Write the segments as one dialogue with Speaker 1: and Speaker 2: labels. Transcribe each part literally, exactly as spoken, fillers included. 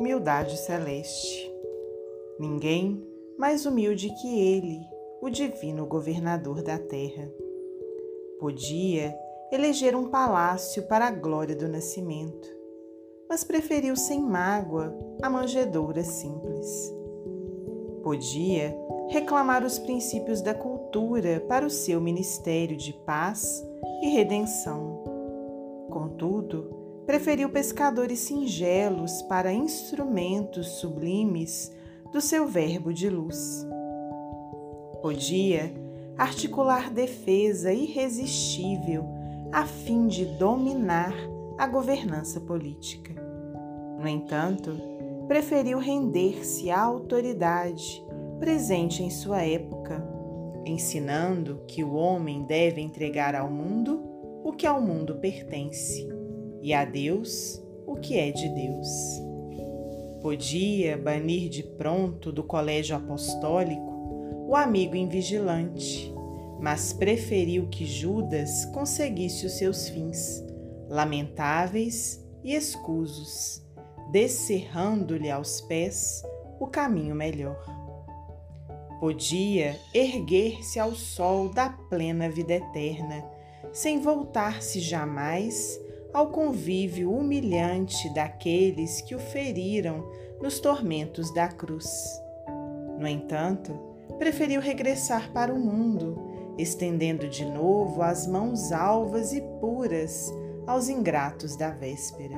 Speaker 1: Humildade celeste. Ninguém mais humilde que ele, o divino governador da terra. Podia eleger um palácio para a glória do nascimento, mas preferiu sem mágoa a manjedoura simples. Podia reclamar os princípios da cultura para o seu ministério de paz e redenção. Contudo, preferiu pescadores singelos para instrumentos sublimes do seu verbo de luz. Podia articular defesa irresistível a fim de dominar a governança política. No entanto, preferiu render-se à autoridade presente em sua época, ensinando que o homem deve entregar ao mundo o que ao mundo pertence e a Deus o que é de Deus. Podia banir de pronto do colégio apostólico o amigo invigilante, mas preferiu que Judas conseguisse os seus fins, lamentáveis e escusos, descerrando-lhe aos pés o caminho melhor. Podia erguer-se ao sol da plena vida eterna, sem voltar-se jamais ao convívio humilhante daqueles que o feriram nos tormentos da cruz. No entanto, preferiu regressar para o mundo, estendendo de novo as mãos alvas e puras aos ingratos da véspera.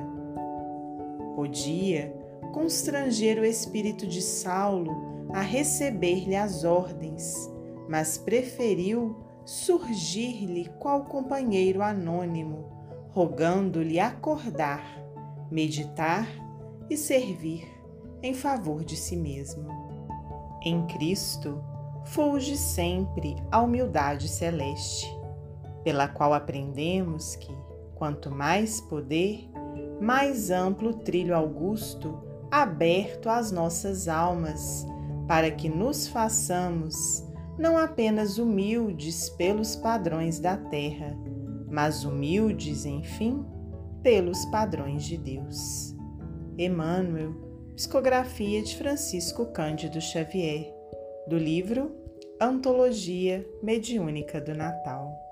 Speaker 1: Podia constranger o espírito de Saulo a receber-lhe as ordens, mas preferiu surgir-lhe qual companheiro anônimo, rogando-lhe acordar, meditar e servir em favor de si mesmo. Em Cristo, fulge sempre a humildade celeste, pela qual aprendemos que, quanto mais poder, mais amplo trilho augusto aberto às nossas almas, para que nos façamos não apenas humildes pelos padrões da terra, mas humildes, enfim, pelos padrões de Deus. Emmanuel, psicografia de Francisco Cândido Xavier, do livro Antologia Mediúnica do Natal.